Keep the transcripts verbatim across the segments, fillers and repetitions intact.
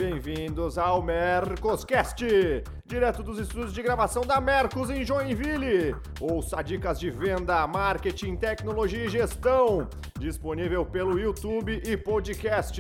Bem-vindos ao Mercoscast, direto dos estúdios de gravação da Mercos em Joinville. Ouça dicas de venda, marketing, tecnologia e gestão, disponível pelo YouTube e podcast.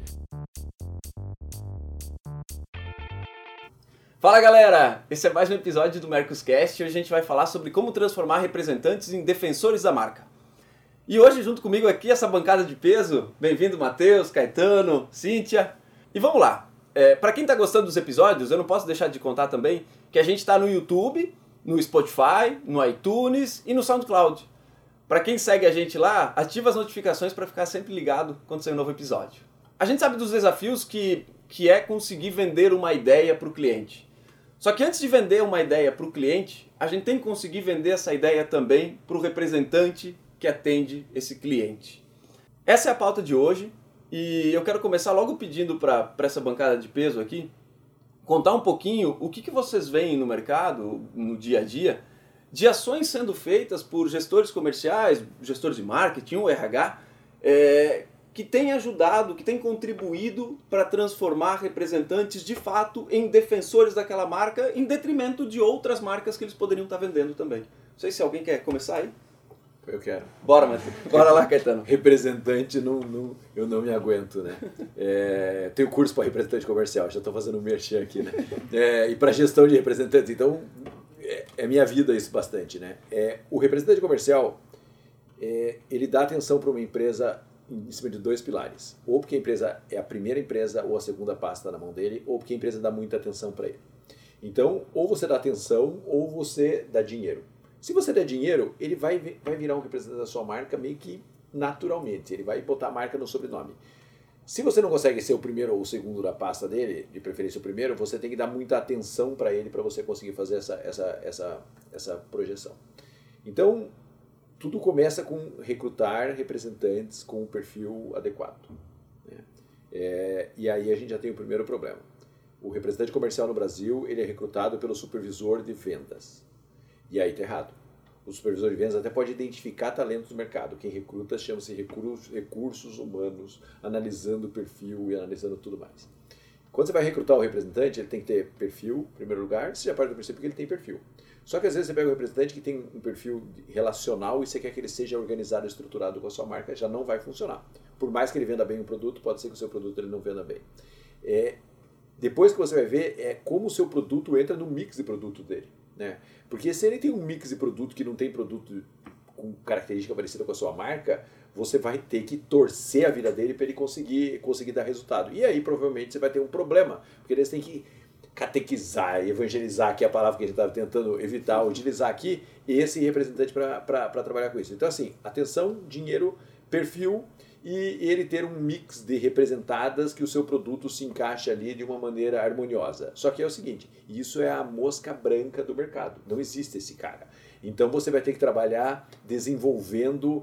Fala galera, esse é mais um episódio do Mercoscast e hoje a gente vai falar sobre como transformar representantes em defensores da marca. E hoje junto comigo aqui essa bancada de peso, bem-vindo Matheus, Caetano, Cíntia. E vamos lá, é, para quem está gostando dos episódios, eu não posso deixar de contar também que a gente está no YouTube, no Spotify, no iTunes e no SoundCloud. Para quem segue a gente lá, ativa as notificações para ficar sempre ligado quando sair um novo episódio. A gente sabe dos desafios que, que é conseguir vender uma ideia para o cliente. Só que antes de vender uma ideia para o cliente, a gente tem que conseguir vender essa ideia também para o representante que atende esse cliente. Essa é a pauta de hoje e eu quero começar logo pedindo para essa bancada de peso aqui contar um pouquinho o que, que vocês veem no mercado, no dia a dia, de ações sendo feitas por gestores comerciais, gestores de marketing ou R H, é, que têm ajudado, que têm contribuído para transformar representantes de fato em defensores daquela marca em detrimento de outras marcas que eles poderiam estar vendendo também. Não sei se alguém quer começar aí. Eu quero. Bora, Matheus. Bora lá, Caetano. Representante, não, não, eu não me aguento, né? É, tenho curso para representante comercial, já estou fazendo um merchan aqui, né? É, e para gestão de representantes, então é, é minha vida isso bastante, né? É, o representante comercial, é, ele dá atenção para uma empresa em cima de dois pilares. Ou porque a empresa é a primeira empresa ou a segunda pasta na mão dele, ou porque a empresa dá muita atenção para ele. Então, ou você dá atenção ou você dá dinheiro. Se você der dinheiro, ele vai, vai virar um representante da sua marca meio que naturalmente. Ele vai botar a marca no sobrenome. Se você não consegue ser o primeiro ou o segundo da pasta dele, de preferência o primeiro, você tem que dar muita atenção para ele para você conseguir fazer essa, essa, essa, essa projeção. Então, tudo começa com recrutar representantes com o perfil adequado. Né? É, e aí a gente já tem o primeiro problema. O representante comercial no Brasil, ele é recrutado pelo supervisor de vendas. E aí está errado. O supervisor de vendas até pode identificar talentos do mercado. Quem recruta chama-se recursos humanos, analisando o perfil e analisando tudo mais. Quando você vai recrutar o representante, ele tem que ter perfil, em primeiro lugar, você já parte do princípio que ele tem perfil. Só que às vezes você pega um representante que tem um perfil relacional e você quer que ele seja organizado e estruturado com a sua marca, já não vai funcionar. Por mais que ele venda bem um produto, pode ser que o seu produto ele não venda bem. É, depois que você vai ver é como o seu produto entra no mix de produto dele. Né? Porque se ele tem um mix de produto que não tem produto com característica parecida com a sua marca, você vai ter que torcer a vida dele para ele conseguir, conseguir dar resultado. E aí provavelmente você vai ter um problema, porque eles têm que catequizar, evangelizar, que é a palavra que a gente estava tentando evitar, utilizar aqui, esse representante para trabalhar com isso. Então assim, atenção, dinheiro, perfil e ele ter um mix de representadas que o seu produto se encaixe ali de uma maneira harmoniosa. Só que é o seguinte, isso é a mosca branca do mercado, não existe esse cara. Então você vai ter que trabalhar desenvolvendo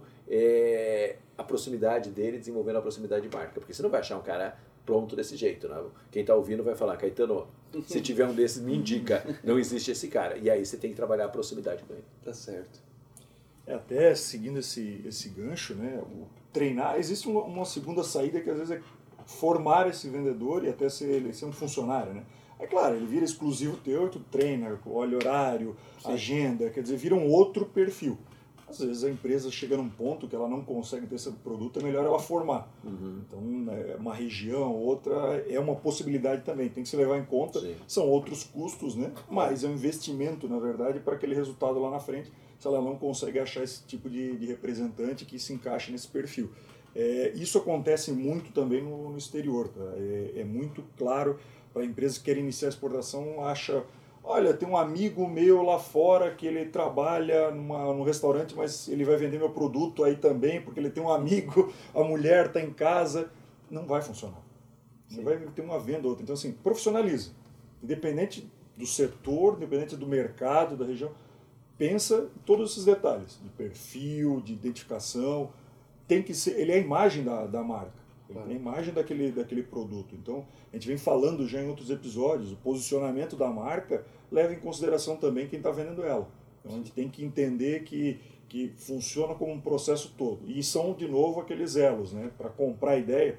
é, a proximidade dele, desenvolvendo a proximidade de marca, porque você não vai achar um cara pronto desse jeito. Né? Quem está ouvindo vai falar, Caetano, se tiver um desses me indica, não existe esse cara. E aí você tem que trabalhar a proximidade com ele. Tá certo. É, até seguindo esse, esse gancho, né, o treinar, existe uma, uma segunda saída que às vezes é formar esse vendedor e até ser, ele ser um funcionário, né? É claro, ele vira exclusivo teu, tu treina, olha horário, Sim. agenda, quer dizer, vira um outro perfil. Às vezes a empresa chega num ponto que ela não consegue ter esse produto, é melhor ela formar. Uhum. Então, uma região, outra, é uma possibilidade também, tem que se levar em conta, Sim. são outros custos, né? Mas é um investimento, na verdade, para aquele resultado lá na frente, se ela não consegue achar esse tipo de, de representante que se encaixe nesse perfil. É, isso acontece muito também no, no exterior. Tá? É, é muito claro para empresas que querem iniciar a exportação, acha, olha, tem um amigo meu lá fora que ele trabalha numa, num restaurante, mas ele vai vender meu produto aí também, porque ele tem um amigo, a mulher está em casa. Não vai funcionar. Você Sim. vai ter uma venda ou outra. Então, assim, profissionaliza. Independente do setor, independente do mercado, da região, pensa em todos esses detalhes, de perfil, de identificação, tem que ser, ele é a imagem da, da marca, ele é a imagem daquele, daquele produto. Então, a gente vem falando já em outros episódios, o posicionamento da marca leva em consideração também quem está vendendo ela. Então, a gente tem que entender que, que funciona como um processo todo. E são, de novo, aqueles elos, né? Para comprar a ideia,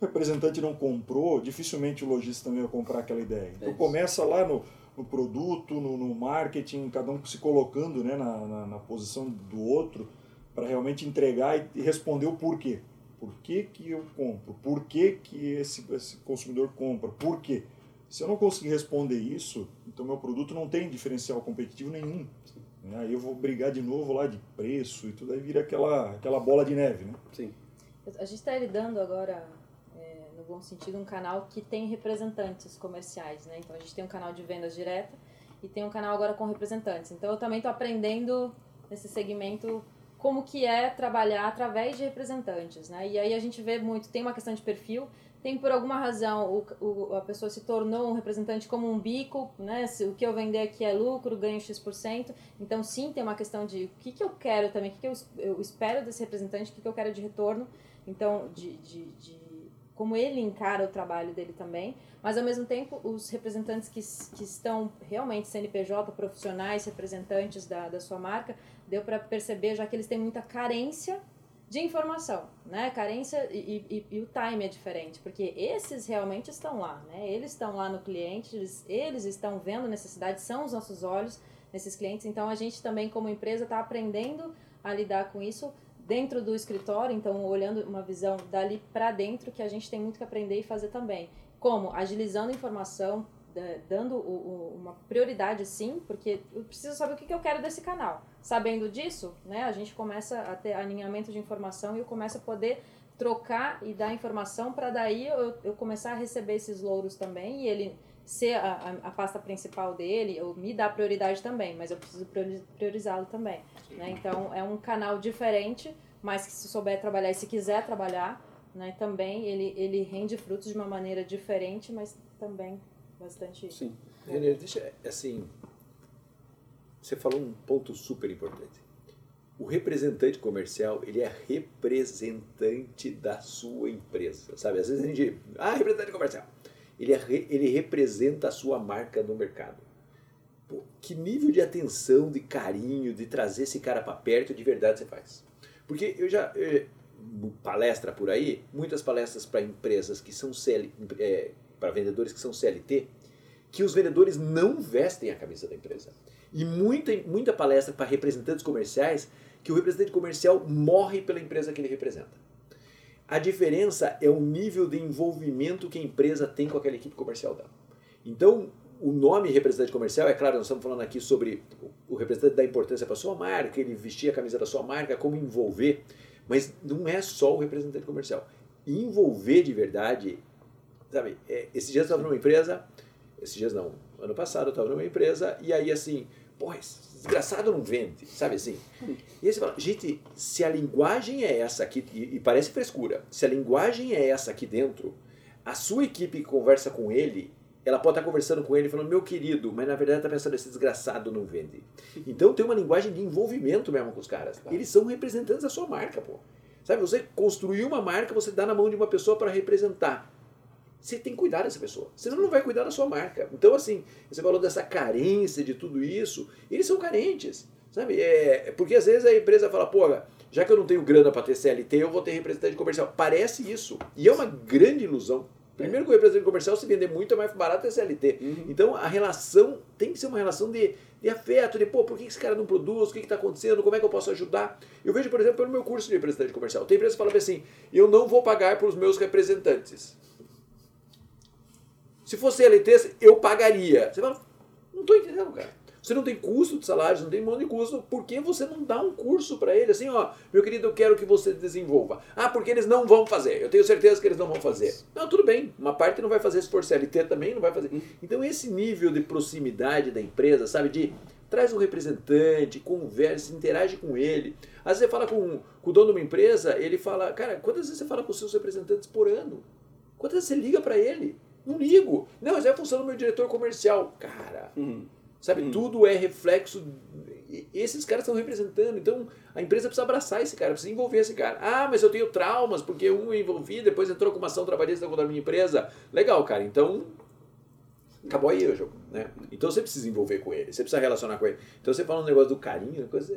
representante não comprou, dificilmente o lojista também vai comprar aquela ideia. Então é começa lá no, no produto, no, no marketing, cada um se colocando, né, na, na, na posição do outro, para realmente entregar e, e responder o porquê. Por que, que eu compro? Por que, que esse, esse consumidor compra? Por quê? Se eu não conseguir responder isso, então meu produto não tem diferencial competitivo nenhum. Né? Aí eu vou brigar de novo lá de preço e tudo, aí vira aquela, aquela bola de neve. Né? Sim. A gente está lidando agora, é, no bom sentido, um canal que tem representantes comerciais. Né? Então a gente tem um canal de vendas direta e tem um canal agora com representantes. Então eu também estou aprendendo nesse segmento como que é trabalhar através de representantes, né? E aí a gente vê muito, tem uma questão de perfil, tem por alguma razão o, o, a pessoa se tornou um representante como um bico, né? Se, o que eu vender aqui é lucro, ganho X por cento. Então sim, tem uma questão de o que, que eu quero também, o que, que eu, eu espero desse representante, o que, que eu quero de retorno, então de, de, de como ele encara o trabalho dele também. Mas ao mesmo tempo, os representantes que, que estão realmente C N P J, profissionais, representantes da, da sua marca, deu para perceber já que eles têm muita carência de informação, né? Carência e, e, e o time é diferente, porque esses realmente estão lá, né? Eles estão lá no cliente, eles, eles estão vendo necessidade, são os nossos olhos nesses clientes, então a gente também como empresa está aprendendo a lidar com isso dentro do escritório, então olhando uma visão dali para dentro, que a gente tem muito que aprender e fazer também. Como? Agilizando a informação, dando o, o, uma prioridade sim, porque eu preciso saber o que, que eu quero desse canal. Sabendo disso, né, a gente começa a ter alinhamento de informação e eu começo a poder trocar e dar informação para daí eu, eu começar a receber esses louros também e ele ser a, a, a pasta principal dele, eu me dar prioridade também, mas eu preciso priorizá-lo também. Né? Então é um canal diferente, mas que se souber trabalhar e se quiser trabalhar, né, também ele, ele rende frutos de uma maneira diferente, mas também bastante... Sim. Renê, deixa, assim, você falou um ponto super importante. O representante comercial, ele é representante da sua empresa, sabe? Às vezes a gente... Ah, representante comercial. Ele, é, ele representa a sua marca no mercado. Pô, que nível de atenção, de carinho, de trazer esse cara para perto de verdade você faz? Porque eu já... Eu, palestra por aí, muitas palestras para empresas que são C L, é, para vendedores que são C L T, que os vendedores não vestem a camisa da empresa. E muita, muita palestra para representantes comerciais que o representante comercial morre pela empresa que ele representa. A diferença é o nível de envolvimento que a empresa tem com aquela equipe comercial dela. Então, o nome representante comercial, é claro, nós estamos falando aqui sobre o representante da importância para a sua marca, ele vestir a camisa da sua marca, como envolver, mas não é só o representante comercial. Envolver de verdade, sabe, é, esses dias eu estava numa empresa, esses dias não, ano passado eu estava numa empresa, e aí assim, porra, esse desgraçado não vende, sabe assim? E aí você fala, gente, se a linguagem é essa aqui, e, e parece frescura, se a linguagem é essa aqui dentro, a sua equipe que conversa com ele, ela pode estar conversando com ele falando, meu querido, mas na verdade está pensando, esse desgraçado não vende. Então tem uma linguagem de envolvimento mesmo com os caras. Eles são representantes da sua marca, pô. Sabe, você construir uma marca, você dá na mão de uma pessoa para representar. Você tem que cuidar dessa pessoa, senão não vai cuidar da sua marca. Então assim, você falou dessa carência de tudo isso, eles são carentes, sabe? É, porque às vezes a empresa fala, pô, já que eu não tenho grana para ter C L T, eu vou ter representante comercial. Parece isso, e é uma grande ilusão. Primeiro que o representante comercial, se vender muito, é mais barato é C L T. Uhum. Então, a relação tem que ser uma relação de, de afeto, de, pô, por que esse cara não produz, o que está acontecendo, como é que eu posso ajudar? Eu vejo, por exemplo, pelo meu curso de representante comercial. Tem empresa que fala assim, eu não vou pagar para os meus representantes. Se fosse C L T, eu pagaria. Você fala, não estou entendendo, cara. Você não tem custo de salário, não tem um monte de custo, por que você não dá um curso para ele? Assim, ó, meu querido, eu quero que você desenvolva. Ah, porque eles não vão fazer. Eu tenho certeza que eles não vão fazer. Não, tudo bem. Uma parte não vai fazer, se for C L T também não vai fazer. Então, esse nível de proximidade da empresa, sabe, de traz um representante, conversa, interage com ele. Às vezes você fala com, com o dono de uma empresa, ele fala, cara, quantas vezes você fala com os seus representantes por ano? Quantas vezes você liga para ele? Não ligo. Não, mas é a função do meu diretor comercial. Cara... Uhum. Sabe, hum. tudo é reflexo, esses caras estão representando, então a empresa precisa abraçar esse cara, precisa envolver esse cara. Ah, mas eu tenho traumas, porque um eu envolvi, depois entrou com uma ação trabalhista contra a minha empresa. Legal, cara, então acabou aí o jogo, né? Então você precisa envolver com ele, você precisa relacionar com ele. Então você fala um negócio do carinho, coisa, né?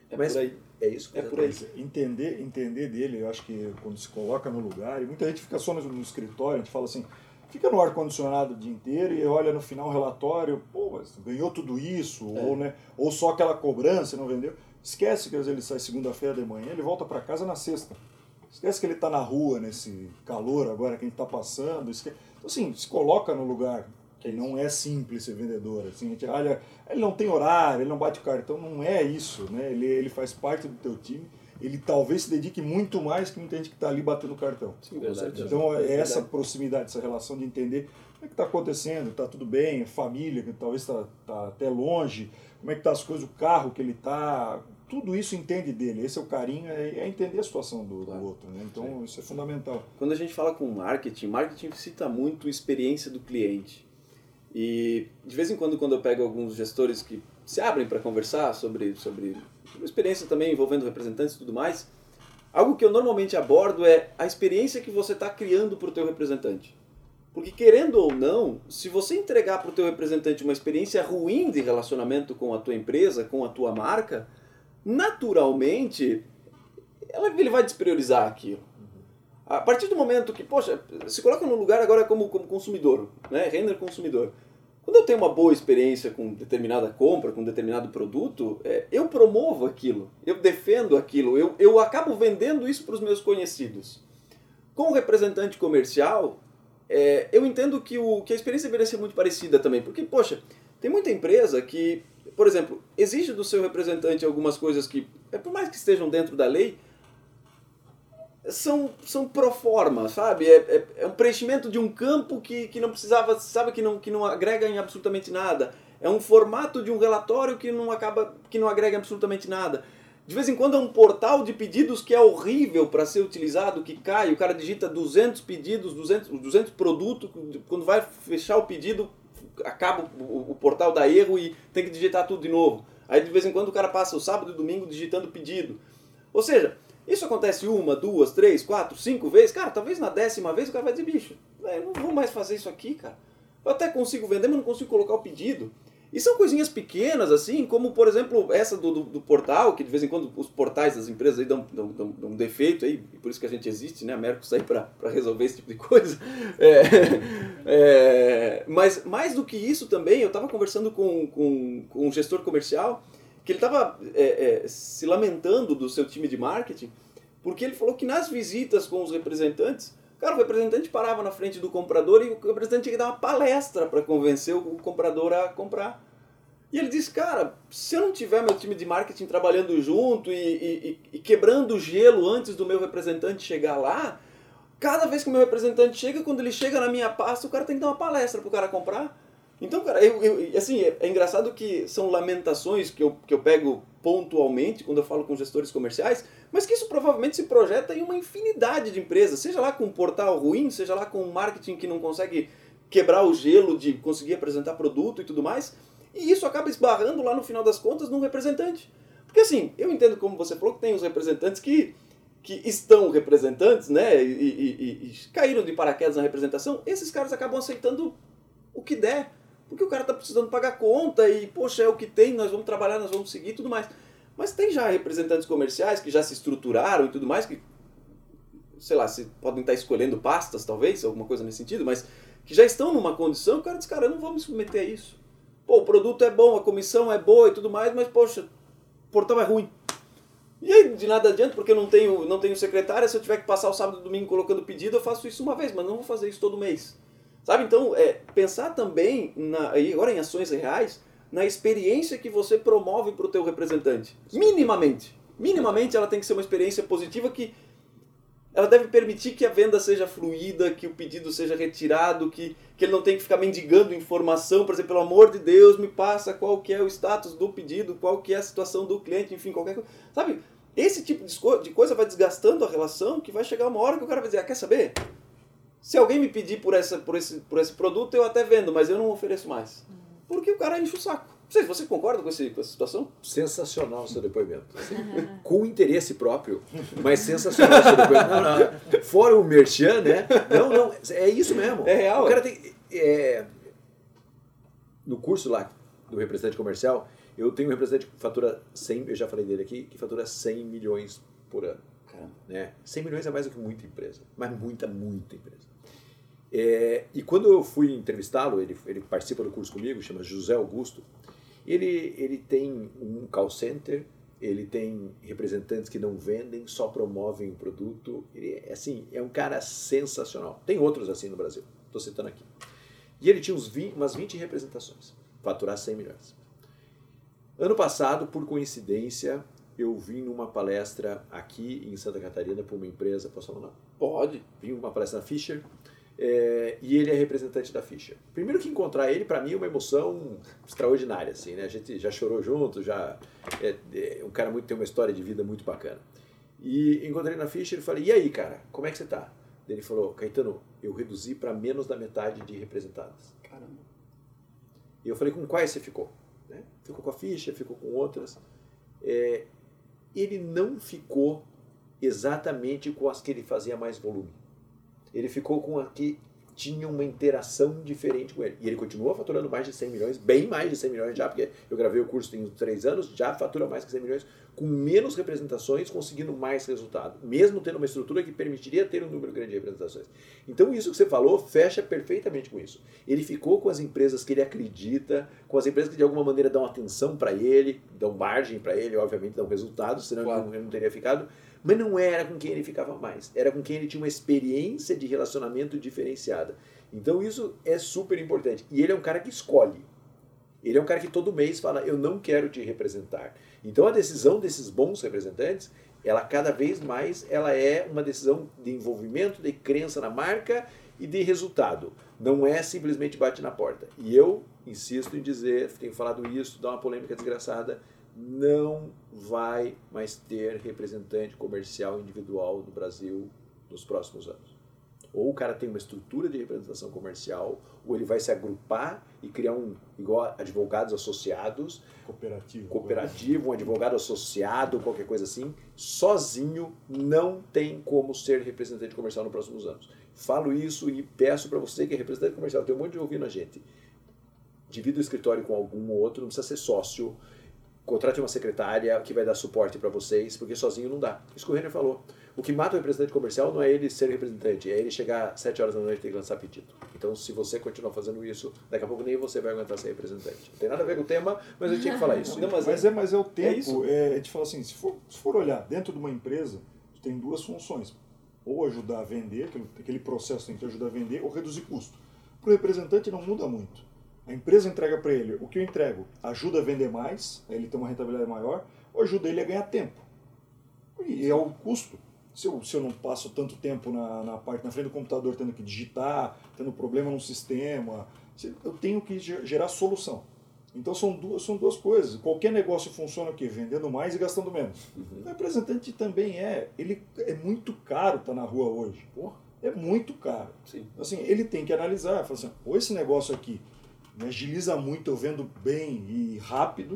É Mas por aí. é isso que É por aí. Entender, entender dele, eu acho que quando se coloca no lugar, e muita gente fica só no, no escritório, a gente fala assim, fica no ar-condicionado o dia inteiro e olha no final o relatório, pô, mas ganhou tudo isso, É. ou, né, ou só aquela cobrança, não vendeu. Esquece que às vezes ele sai segunda-feira de manhã, ele volta para casa na sexta. Esquece que ele está na rua nesse calor agora que a gente está passando. Esquece. Então, assim, se coloca no lugar que não é simples ser vendedor. Assim, a gente olha, ele não tem horário, ele não bate cartão, não é isso, né? Ele, ele faz parte do teu time. Ele talvez se dedique muito mais que muita gente que está ali batendo cartão. Sim, com Verdade. certeza. Então, é essa Verdade. proximidade, essa relação de entender como é que está acontecendo, está tudo bem, família, que talvez está tá até longe, como é que tá as coisas, o carro que ele está, tudo isso entende dele. Esse é o carinho, é, é entender a situação do, Claro. do outro, né? Então, isso é fundamental. Quando a gente fala com marketing, marketing cita muito a experiência do cliente. E de vez em quando, quando eu pego alguns gestores que se abrem para conversar sobre, sobre, sobre experiência também envolvendo representantes e tudo mais, algo que eu normalmente abordo é a experiência que você está criando para o teu representante. Porque querendo ou não, se você entregar para o teu representante uma experiência ruim de relacionamento com a tua empresa, com a tua marca, naturalmente ela, ele vai despriorizar aquilo. A partir do momento que, poxa, se coloca no lugar agora como, como consumidor, né? Render consumidor. Quando eu tenho uma boa experiência com determinada compra, com determinado produto, é, eu promovo aquilo, eu defendo aquilo, eu, eu acabo vendendo isso para os meus conhecidos. Com o representante comercial, é, eu entendo que, o, que a experiência deveria ser muito parecida também, porque, poxa, tem muita empresa que, por exemplo, exige do seu representante algumas coisas que, é, por mais que estejam dentro da lei, são, são pro forma, sabe? É, é, é um preenchimento de um campo que, que não precisava, sabe, que não, que não agrega em absolutamente nada. É um formato de um relatório que não acaba, que não agrega em absolutamente nada. De vez em quando é um portal de pedidos que é horrível para ser utilizado, que cai, o cara digita duzentos pedidos, duzentos, duzentos produtos, quando vai fechar o pedido, acaba o, o portal dá erro e tem que digitar tudo de novo. Aí de vez em quando o cara passa o sábado e domingo digitando pedido. Ou seja, isso acontece uma, duas, três, quatro, cinco vezes. Cara, talvez na décima vez o cara vai dizer, bicho, eu não vou mais fazer isso aqui, cara. Eu até consigo vender, mas não consigo colocar o pedido. E são coisinhas pequenas, assim, como, por exemplo, essa do, do, do portal, que de vez em quando os portais das empresas aí dão, dão, dão, dão um defeito aí, e por isso que a gente existe, né? A Mercos aí para resolver esse tipo de coisa. É, é, mas mais do que isso também, eu estava conversando com, com, com um gestor comercial, que ele estava é, é, se lamentando do seu time de marketing, porque ele falou que nas visitas com os representantes, cara, o representante parava na frente do comprador e o representante tinha que dar uma palestra para convencer o comprador a comprar. E ele disse, cara, se eu não tiver meu time de marketing trabalhando junto e, e, e quebrando o gelo antes do meu representante chegar lá, cada vez que o meu representante chega, quando ele chega na minha pasta, o cara tem que dar uma palestra para o cara comprar. Então, cara, eu, eu, assim, é, é engraçado que são lamentações que eu, que eu pego pontualmente quando eu falo com gestores comerciais, mas que isso provavelmente se projeta em uma infinidade de empresas, seja lá com um portal ruim, seja lá com um marketing que não consegue quebrar o gelo de conseguir apresentar produto e tudo mais, e isso acaba esbarrando lá no final das contas num representante. Porque assim, eu entendo como você falou que tem os representantes que, que estão representantes, né, e, e, e, e caíram de paraquedas na representação, esses caras acabam aceitando o que der. Porque o cara está precisando pagar conta e, poxa, é o que tem, nós vamos trabalhar, nós vamos seguir e tudo mais. Mas tem já representantes comerciais que já se estruturaram e tudo mais, que, sei lá, se podem estar escolhendo pastas, talvez, alguma coisa nesse sentido, mas que já estão numa condição, o cara diz, cara, eu não vou me submeter a isso. Pô, o produto é bom, a comissão é boa e tudo mais, mas, poxa, o portal é ruim. E aí, de nada adianta, porque eu não tenho, não tenho secretária, se eu tiver que passar o sábado e domingo colocando pedido, eu faço isso uma vez, mas não vou fazer isso todo mês. Sabe, então, é, pensar também, na, e agora em ações reais, na experiência que você promove para o teu representante. Minimamente. Minimamente ela tem que ser uma experiência positiva que ela deve permitir que a venda seja fluida, que o pedido seja retirado, que, que ele não tenha que ficar mendigando informação, por exemplo, pelo amor de Deus, me passa qual que é o status do pedido, qual que é a situação do cliente, enfim, qualquer coisa. Sabe, esse tipo de coisa vai desgastando a relação, que vai chegar uma hora que o cara vai dizer, ah, quer saber? Se alguém me pedir por, essa, por, esse, por esse produto, eu até vendo, mas eu não ofereço mais. Porque o cara enche o saco. Não sei se você concorda com, esse, com essa situação? Sensacional o seu depoimento. Assim, com interesse próprio, mas sensacional o seu depoimento. Não, não. Fora o merchan, né? Não, não, é isso mesmo. É real. O cara tem... É, no curso lá do representante comercial, Eu tenho um representante que fatura cem, eu já falei dele aqui, que fatura cem milhões por ano. Caramba. Né? cem milhões é mais do que muita empresa, mas muita, muita empresa. É, e quando eu fui entrevistá-lo, ele, ele participa do curso comigo, chama José Augusto, ele, ele tem um call center, ele tem representantes que não vendem, só promovem o produto, ele, assim, é um cara sensacional. Tem outros assim no Brasil, estou citando aqui. E ele tinha uns vinte, umas vinte representações, faturar cem milhões. Ano passado, por coincidência, eu vim numa palestra aqui em Santa Catarina para uma empresa, posso falar não? Pode. Vim numa palestra na Fisher, é, e ele é representante da Fisher. Primeiro que encontrar ele, para mim, é uma emoção extraordinária, assim, né? A gente já chorou junto, já é, é um cara muito, tem uma história de vida muito bacana. E encontrei na Fisher e falei, e aí, cara, como é que você tá? Ele falou, Caetano, eu reduzi para menos da metade de representadas. Caramba. E eu falei, com quais você ficou? Né? Ficou com a Fisher, ficou com outras. É, ele não ficou exatamente com as que ele fazia mais volume. Ele ficou com as que tinham uma interação diferente com ele. E ele continua faturando mais de cem milhões, bem mais de cem milhões já, porque eu gravei o curso tem três anos, já fatura mais que cem milhões, com menos representações, conseguindo mais resultado, mesmo tendo uma estrutura que permitiria ter um número grande de representações. Então isso que você falou fecha perfeitamente com isso. Ele ficou com as empresas que ele acredita, com as empresas que de alguma maneira dão atenção para ele, dão margem para ele, obviamente dão resultado, senão claro. ele, não, ele não teria ficado. Mas não era com quem ele ficava mais, era com quem ele tinha uma experiência de relacionamento diferenciada. Então isso é super importante. E ele é um cara que escolhe. Ele é um cara que todo mês fala, eu não quero te representar. Então a decisão desses bons representantes, ela cada vez mais ela é uma decisão de envolvimento, de crença na marca e de resultado. Não é simplesmente bate na porta. E eu insisto em dizer, tenho falado isso, dá uma polêmica desgraçada, não vai mais ter representante comercial individual no Brasil nos próximos anos. Ou o cara tem uma estrutura de representação comercial, ou ele vai se agrupar e criar um, igual advogados associados, cooperativo, cooperativo, um advogado associado, qualquer coisa assim, sozinho não tem como ser representante comercial nos próximos anos. Falo isso e peço para você que é representante comercial, tem um monte de ouvindo a gente, divida o escritório com algum outro, não precisa ser sócio, contrate uma secretária que vai dar suporte para vocês, porque sozinho não dá. Isso que o Renner falou. O que mata o representante comercial não é ele ser representante, é ele chegar às sete horas da noite e ter que lançar pedido. Então, se você continuar fazendo isso, daqui a pouco nem você vai aguentar ser representante. Não tem nada a ver com o tema, mas eu tinha que falar isso. Não, mas, mas, é, mas é o tempo. É, é, a gente fala assim, se for, se for olhar dentro de uma empresa, tem duas funções. Ou ajudar a vender, aquele, aquele processo tem que ajudar a vender, ou reduzir custo. Para o representante não muda muito. A empresa entrega para ele o que eu entrego, ajuda a vender mais, ele tem uma rentabilidade maior, ou ajuda ele a ganhar tempo. E é o custo. Se eu, se eu não passo tanto tempo na, na parte na frente do computador tendo que digitar, tendo problema no sistema, eu tenho que gerar solução. Então são duas, são duas coisas. Qualquer negócio funciona o quê? Vendendo mais e gastando menos. Uhum. O representante também é. Ele é muito caro estar na rua hoje. Porra, é muito caro. Sim. Assim, ele tem que analisar, falar assim, ou esse negócio aqui me agiliza muito, eu vendo bem e rápido,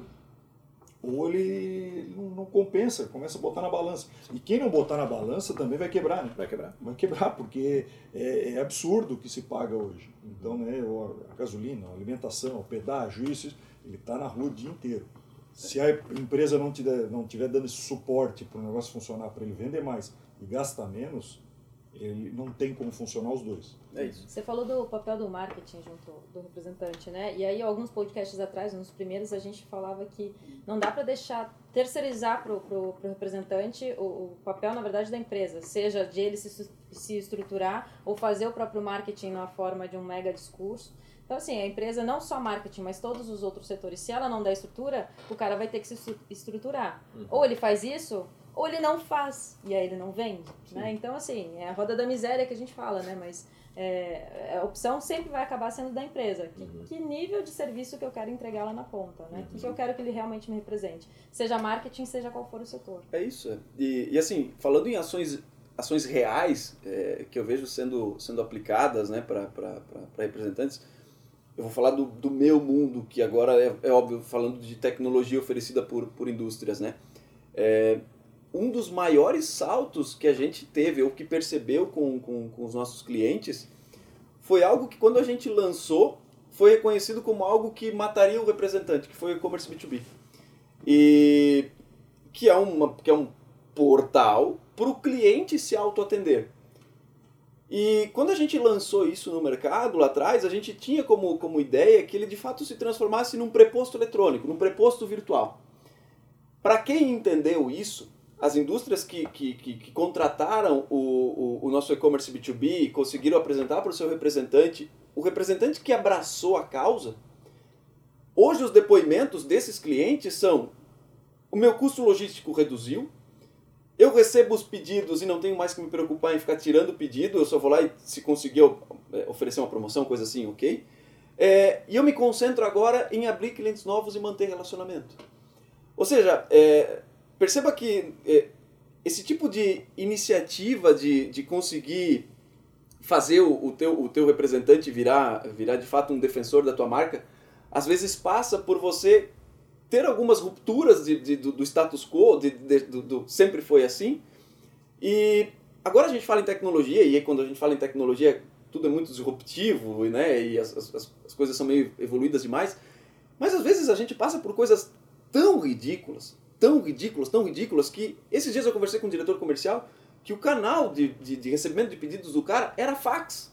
ou ele não, não compensa, começa a botar na balança. E quem não botar na balança também vai quebrar, né? Vai quebrar. Vai quebrar, porque é, é absurdo o que se paga hoje. Então, né, a gasolina, a alimentação, o pedágio, isso, ele está na rua o dia inteiro. Se a empresa não tiver, não tiver dando esse suporte para o negócio funcionar, para ele vender mais e gastar menos, ele não tem como funcionar os dois. É isso. Você falou do papel do marketing junto do representante, né? E aí, alguns podcasts atrás, nos primeiros, a gente falava que não dá para deixar terceirizar para o pro, pro representante o, o papel, na verdade, da empresa. Seja de ele se, se estruturar ou fazer o próprio marketing na forma de um mega discurso. Então, assim, a empresa, não só marketing, mas todos os outros setores, se ela não der estrutura, o cara vai ter que se estruturar. Uhum. Ou ele faz isso, ou ele não faz, e aí ele não vende, né? Então, assim, é a roda da miséria que a gente fala, né? Mas é, a opção sempre vai acabar sendo da empresa. Que, uhum. que nível de serviço que eu quero entregar lá na ponta, né? O uhum. que, que eu quero que ele realmente me represente? Seja marketing, seja qual for o setor. É isso. E, e assim, falando em ações, ações reais, é, que eu vejo sendo, sendo aplicadas, né, para representantes, eu vou falar do, do meu mundo, que agora é, é óbvio, falando de tecnologia oferecida por, por indústrias, né? É, um dos maiores saltos que a gente teve, ou que percebeu com, com, com os nossos clientes, foi algo que quando a gente lançou, foi reconhecido como algo que mataria o representante, que foi o e-commerce B dois B. e que é, uma, que é um portal para o cliente se autoatender. E quando a gente lançou isso no mercado lá atrás, a gente tinha como, como ideia que ele de fato se transformasse num preposto eletrônico, num preposto virtual. Para quem entendeu isso, as indústrias que, que, que, que contrataram o, o, o nosso e-commerce B dois B e conseguiram apresentar para o seu representante, o representante que abraçou a causa, hoje os depoimentos desses clientes são: o meu custo logístico reduziu, eu recebo os pedidos e não tenho mais que me preocupar em ficar tirando o pedido, eu só vou lá e se conseguir oferecer uma promoção, coisa assim, ok? É, e eu me concentro agora em abrir clientes novos e manter relacionamento. Ou seja, é, perceba que é, esse tipo de iniciativa de, de conseguir fazer o, o, teu, o teu representante virar, virar de fato um defensor da tua marca, às vezes passa por você ter algumas rupturas de, de, do, do status quo, de, de, do, do, sempre foi assim. E agora a gente fala em tecnologia, e aí quando a gente fala em tecnologia, tudo é muito disruptivo, né? E as, as, as coisas são meio evoluídas demais. Mas às vezes a gente passa por coisas tão ridículas, tão ridículas, tão ridículas, que esses dias eu conversei com um diretor comercial que o canal de, de, de recebimento de pedidos do cara era fax.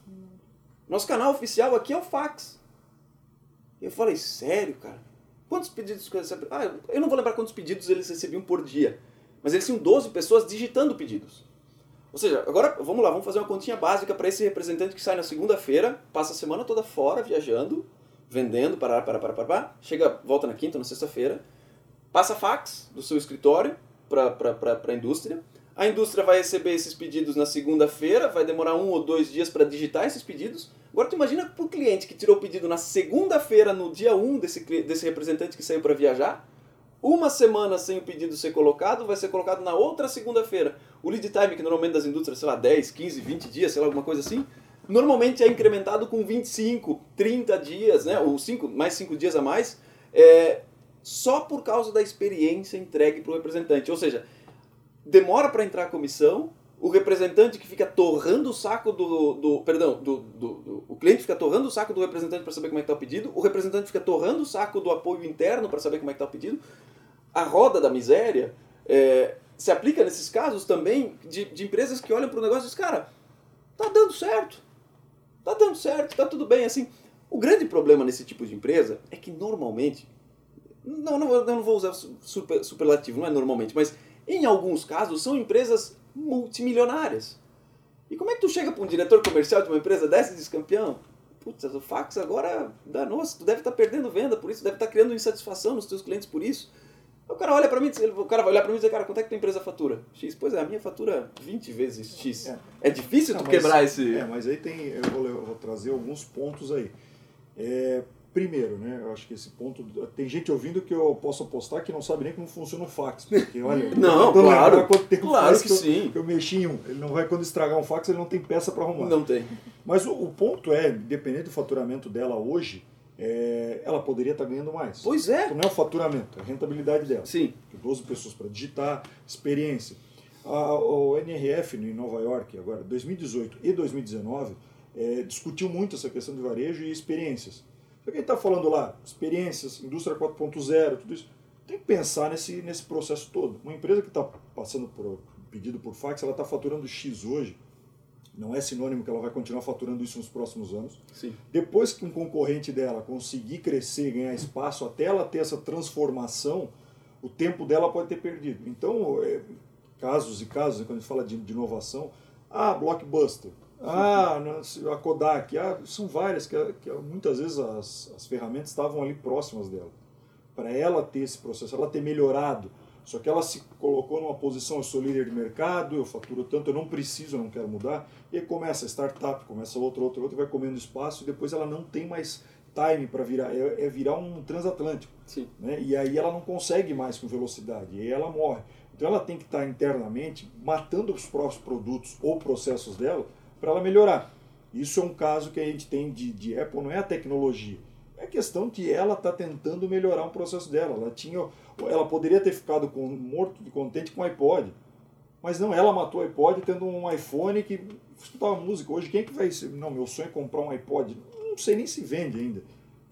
Nosso canal oficial aqui é o fax. E eu falei, sério, cara? Quantos pedidos que você... Ah, eu não vou lembrar quantos pedidos eles recebiam por dia, mas eles tinham doze pessoas digitando pedidos. Ou seja, agora vamos lá, vamos fazer uma continha básica para esse representante que sai na segunda-feira, passa a semana toda fora, viajando, vendendo, parará, parará, parará, parará, chega, volta na quinta ou na sexta-feira, passa fax do seu escritório para a indústria, a indústria vai receber esses pedidos na segunda-feira, vai demorar um ou dois dias para digitar esses pedidos. Agora tu imagina para o cliente que tirou o pedido na segunda-feira, no dia um desse, desse representante que saiu para viajar, uma semana sem o pedido ser colocado, vai ser colocado na outra segunda-feira. O lead time, que normalmente das indústrias, sei lá, dez, quinze, vinte dias, sei lá, alguma coisa assim, normalmente é incrementado com vinte e cinco, trinta dias, né, ou cinco, mais cinco dias a mais, é, só por causa da experiência entregue para o representante. Ou seja, demora para entrar a comissão, o representante que fica torrando o saco do... do perdão, do, do, do, o cliente fica torrando o saco do representante para saber como é que está o pedido, o representante fica torrando o saco do apoio interno para saber como é que está o pedido. A roda da miséria é, se aplica nesses casos também de, de empresas que olham para o negócio e dizem, cara, tá dando certo, tá dando certo, tá tudo bem, assim. O grande problema nesse tipo de empresa é que normalmente, não, não, eu não vou usar super, superlativo, não é normalmente, mas em alguns casos são empresas multimilionárias. E como é que tu chega para um diretor comercial de uma empresa dessa e diz, campeão, putz, o fax agora danou-se, tu deve estar perdendo venda por isso, deve estar criando insatisfação nos teus clientes por isso. O cara olha para mim, o cara vai olhar para mim e dizer, cara, quanto é que tua empresa fatura? X. Pois é, a minha fatura vinte vezes X. É, é difícil não, tu mas, quebrar esse... É, mas aí tem, eu vou, eu vou trazer alguns pontos aí. É, primeiro, né, eu acho que esse ponto, tem gente ouvindo que eu posso apostar que não sabe nem como funciona o fax, porque olha, não, claro, tempo claro que, que eu, sim. Eu mexi em um, ele não vai, quando estragar um fax, ele não tem peça para arrumar. Não tem. Mas o, o ponto é, dependendo do faturamento dela hoje, é, ela poderia estar ganhando mais. Pois é. Então não é o faturamento, é a rentabilidade dela. Sim. doze pessoas para digitar, experiência. A, o N R F em Nova York, agora, dois mil e dezoito e dois mil e dezenove, é, discutiu muito essa questão de varejo e experiências. Só que ele está falando lá, experiências, indústria quatro ponto zero, tudo isso. Tem que pensar nesse, nesse processo todo. Uma empresa que está passando por pedido por fax, ela está faturando X hoje, não é sinônimo que ela vai continuar faturando isso nos próximos anos. Sim. Depois que um concorrente dela conseguir crescer, ganhar espaço, até ela ter essa transformação, o tempo dela pode ter perdido. Então, é, casos e casos, quando a gente fala de, de inovação, ah, Blockbuster, ah, a Kodak, ah, são várias, que, que muitas vezes as, as ferramentas estavam ali próximas dela. Para ela ter esse processo, ela ter melhorado, só que ela se colocou numa posição, eu sou líder de mercado, eu faturo tanto, eu não preciso, eu não quero mudar, e aí começa a startup, começa outra, outra, outra, vai comendo espaço, e depois ela não tem mais time para virar, é, é virar um transatlântico. Sim. Né? E aí ela não consegue mais com velocidade, e aí ela morre. Então ela tem que estar internamente matando os próprios produtos ou processos dela para ela melhorar. Isso é um caso que a gente tem de, de Apple, não é a tecnologia, é questão que ela está tentando melhorar um processo dela. Ela, tinha, ela poderia ter ficado com, morto de contente com o iPod, mas não, ela matou o iPod tendo um iPhone que escutava música. Hoje quem é que vai... Não, meu sonho é comprar um iPod. Não sei nem se vende ainda.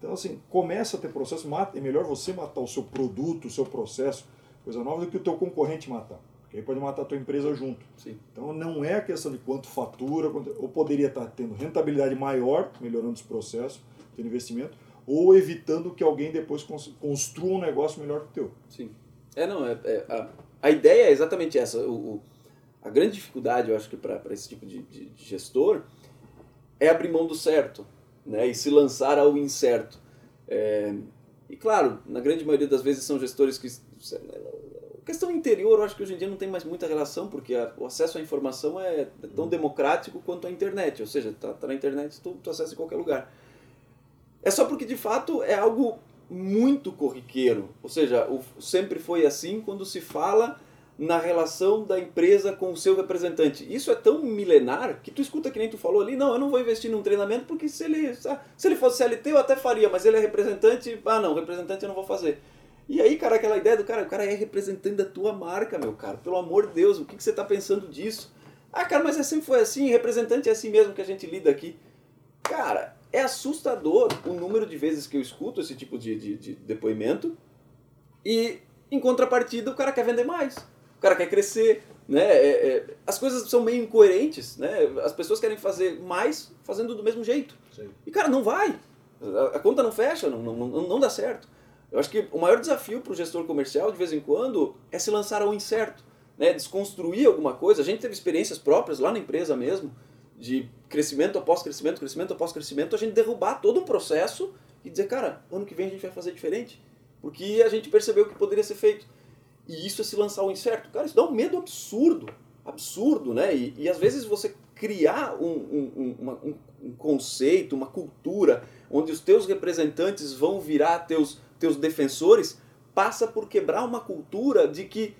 Então, assim, começa a ter processo, mata, é melhor você matar o seu produto, o seu processo, coisa nova, do que o teu concorrente matar. Porque aí pode matar a tua empresa junto. Sim. Então, não é a questão de quanto fatura, quanto, ou poderia estar tendo rentabilidade maior, melhorando os processos, tendo investimento, ou evitando que alguém depois construa um negócio melhor que o teu. Sim. É, não, é, é, a, a ideia é exatamente essa. O, o, a grande dificuldade, eu acho que para esse tipo de, de, de gestor, é abrir mão do certo, né, e se lançar ao incerto. É, e claro, na grande maioria das vezes são gestores que... A questão interior, eu acho que hoje em dia não tem mais muita relação, porque a, o acesso à informação é tão democrático quanto a internet. Ou seja, tá, tá na internet, tu, tu acessa em qualquer lugar. É só porque, de fato, é algo muito corriqueiro. Ou seja, o, sempre foi assim quando se fala na relação da empresa com o seu representante. Isso é tão milenar que tu escuta que nem tu falou ali, não, eu não vou investir num treinamento porque se ele, se ele fosse C L T eu até faria, mas ele é representante, ah não, representante eu não vou fazer. E aí, cara, aquela ideia do cara, o cara é representante da tua marca, meu cara, pelo amor de Deus, o que, que você está pensando disso? Ah, cara, mas sempre foi assim, representante é assim mesmo que a gente lida aqui. Cara, é assustador o número de vezes que eu escuto esse tipo de, de, de depoimento e, em contrapartida, o cara quer vender mais. O cara quer crescer, né? É, é, as coisas são meio incoerentes, né? As pessoas querem fazer mais fazendo do mesmo jeito. Sim. E, cara, não vai. A, a conta não fecha, não, não, não, não dá certo. Eu acho que o maior desafio para o gestor comercial, de vez em quando, é se lançar ao incerto, né? Desconstruir alguma coisa. A gente teve experiências próprias lá na empresa mesmo, de crescimento após crescimento, crescimento após crescimento, a gente derrubar todo um processo e dizer, cara, ano que vem a gente vai fazer diferente. Porque a gente percebeu que poderia ser feito. E isso é se lançar ao incerto. Cara, isso dá um medo absurdo. Absurdo, né? E, e às vezes você criar um, um, uma, um, um conceito, uma cultura, onde os teus representantes vão virar teus, teus defensores, passa por quebrar uma cultura de que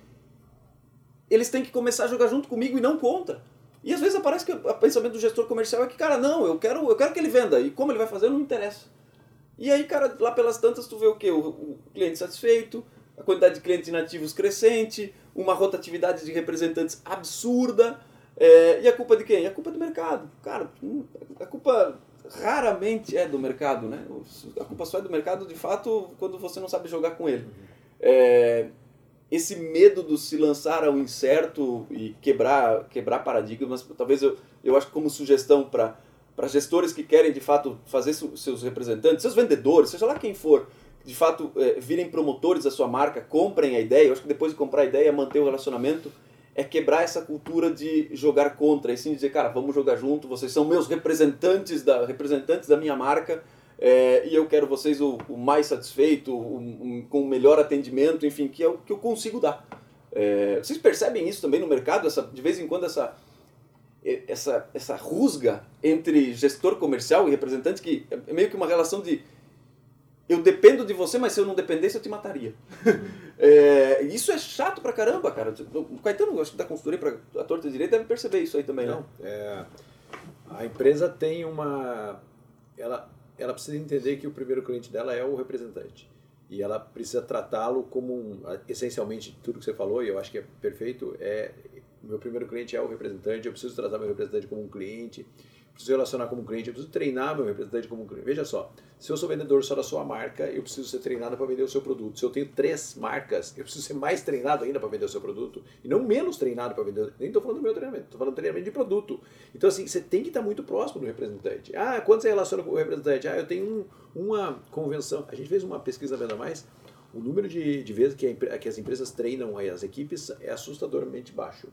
eles têm que começar a jogar junto comigo e não contra. E às vezes aparece que o pensamento do gestor comercial é que, cara, não, eu quero, eu quero que ele venda. E como ele vai fazer, não interessa. E aí, cara, lá pelas tantas tu vê o quê? O, o cliente satisfeito, a quantidade de clientes inativos crescente, uma rotatividade de representantes absurda. É, e a culpa de quem? A culpa é do mercado. Cara, a culpa raramente é do mercado, né? A culpa só é do mercado, de fato, quando você não sabe jogar com ele. É, esse medo do se lançar ao incerto e quebrar, quebrar paradigmas, talvez eu, eu acho que como sugestão para para gestores que querem, de fato, fazer seus representantes, seus vendedores, seja lá quem for, de fato, é, virem promotores da sua marca, comprem a ideia. Eu acho que depois de comprar a ideia, manter o relacionamento, é quebrar essa cultura de jogar contra, e sim dizer, cara, vamos jogar junto, vocês são meus representantes da, representantes da minha marca, é, e eu quero vocês o, o mais satisfeito, o, um, com o melhor atendimento, enfim, que é o que eu consigo dar. É, vocês percebem isso também no mercado, essa, de vez em quando essa... Essa, essa rusga entre gestor comercial e representante, que é meio que uma relação de eu dependo de você, mas se eu não dependesse eu te mataria. É, isso é chato pra caramba, cara. O Caetano, acho que da consultoria pra a torta direita, deve perceber isso aí também, não, né? É, a empresa tem uma... Ela, ela precisa entender que o primeiro cliente dela é o representante. E ela precisa tratá-lo como, um, essencialmente, tudo que você falou, e eu acho que é perfeito, é... Meu primeiro cliente é o representante, eu preciso tratar meu representante como um cliente, preciso relacionar como um cliente, eu preciso treinar meu representante como um cliente. Veja só, se eu sou vendedor só da sua marca, eu preciso ser treinado para vender o seu produto. Se eu tenho três marcas, eu preciso ser mais treinado ainda para vender o seu produto e não menos treinado para vender. Nem estou falando do meu treinamento, estou falando do treinamento de produto. Então, assim, você tem que estar muito próximo do representante. Ah, quando você relaciona com o representante? Ah, eu tenho um, uma convenção. A gente fez uma pesquisa Venda Mais. O número de, de vezes que, a, que as empresas treinam as equipes é assustadoramente baixo.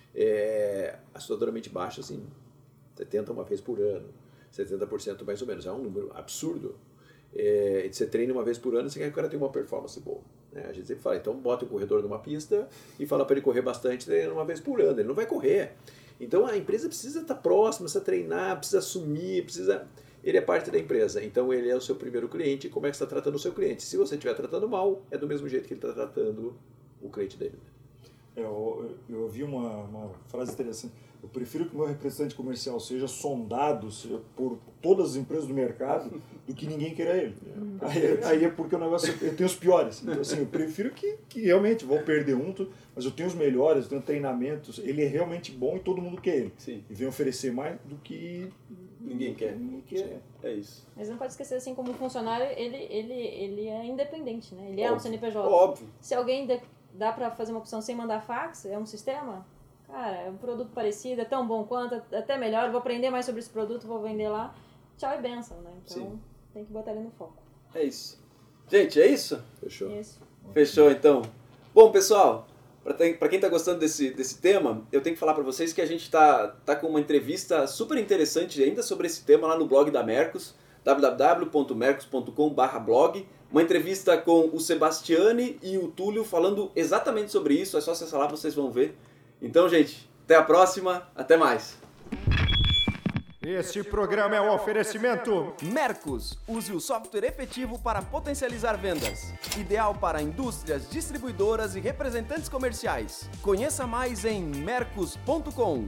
É assustadoramente baixo, assim, setenta uma vez por ano, setenta por cento mais ou menos. É um número absurdo. É, você treina uma vez por ano e você quer que o cara tenha uma performance boa. Né? A gente sempre fala, então bota o corredor numa pista e fala para ele correr bastante, treina uma vez por ano. Ele não vai correr. Então a empresa precisa estar próxima, precisa treinar, precisa assumir, precisa... Ele é parte da empresa, então ele é o seu primeiro cliente. Como é que você está tratando o seu cliente? Se você estiver tratando mal, é do mesmo jeito que ele está tratando o cliente dele. Eu, eu ouvi uma, uma frase interessante. Eu prefiro que o meu representante comercial seja sondado seja por todas as empresas do mercado do que ninguém queira ele. Aí, aí é porque o negócio, eu tenho os piores. Então, assim, eu prefiro que, que realmente vou perder um, mas eu tenho os melhores, eu tenho treinamentos. Ele é realmente bom e todo mundo quer ele. Sim. E vem oferecer mais do que Ninguém quer. Ninguém quer. É isso. Mas não pode esquecer, assim, como funcionário, ele, ele, ele é independente, né? Ele é Óbvio. um C N P J. Óbvio. Se alguém de, dá pra fazer uma opção sem mandar fax, é um sistema, cara, é um produto parecido, é tão bom quanto, até melhor, vou aprender mais sobre esse produto, vou vender lá. Tchau e benção, né? Então, Sim. tem que botar ele no foco. É isso. Gente, é isso? Fechou. Isso. Fechou, então. Bom, pessoal, para quem está gostando desse, desse tema, eu tenho que falar para vocês que a gente está tá com uma entrevista super interessante ainda sobre esse tema lá no blog da Mercos, w w w ponto mercos ponto com barra blog. Uma entrevista com o Sebastiani e o Túlio falando exatamente sobre isso. É só acessar lá, vocês vão ver. Então, gente, até a próxima. Até mais. Este programa é um oferecimento. Mercos, use o software efetivo para potencializar vendas. Ideal para indústrias, distribuidoras e representantes comerciais. Conheça mais em mercos ponto com.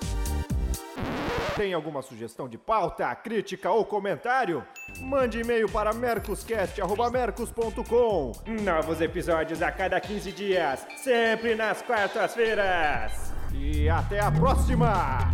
Tem alguma sugestão de pauta, crítica ou comentário? Mande e-mail para mercoscast arroba mercos ponto com. Novos episódios a cada quinze dias, sempre nas quartas-feiras. E até a próxima!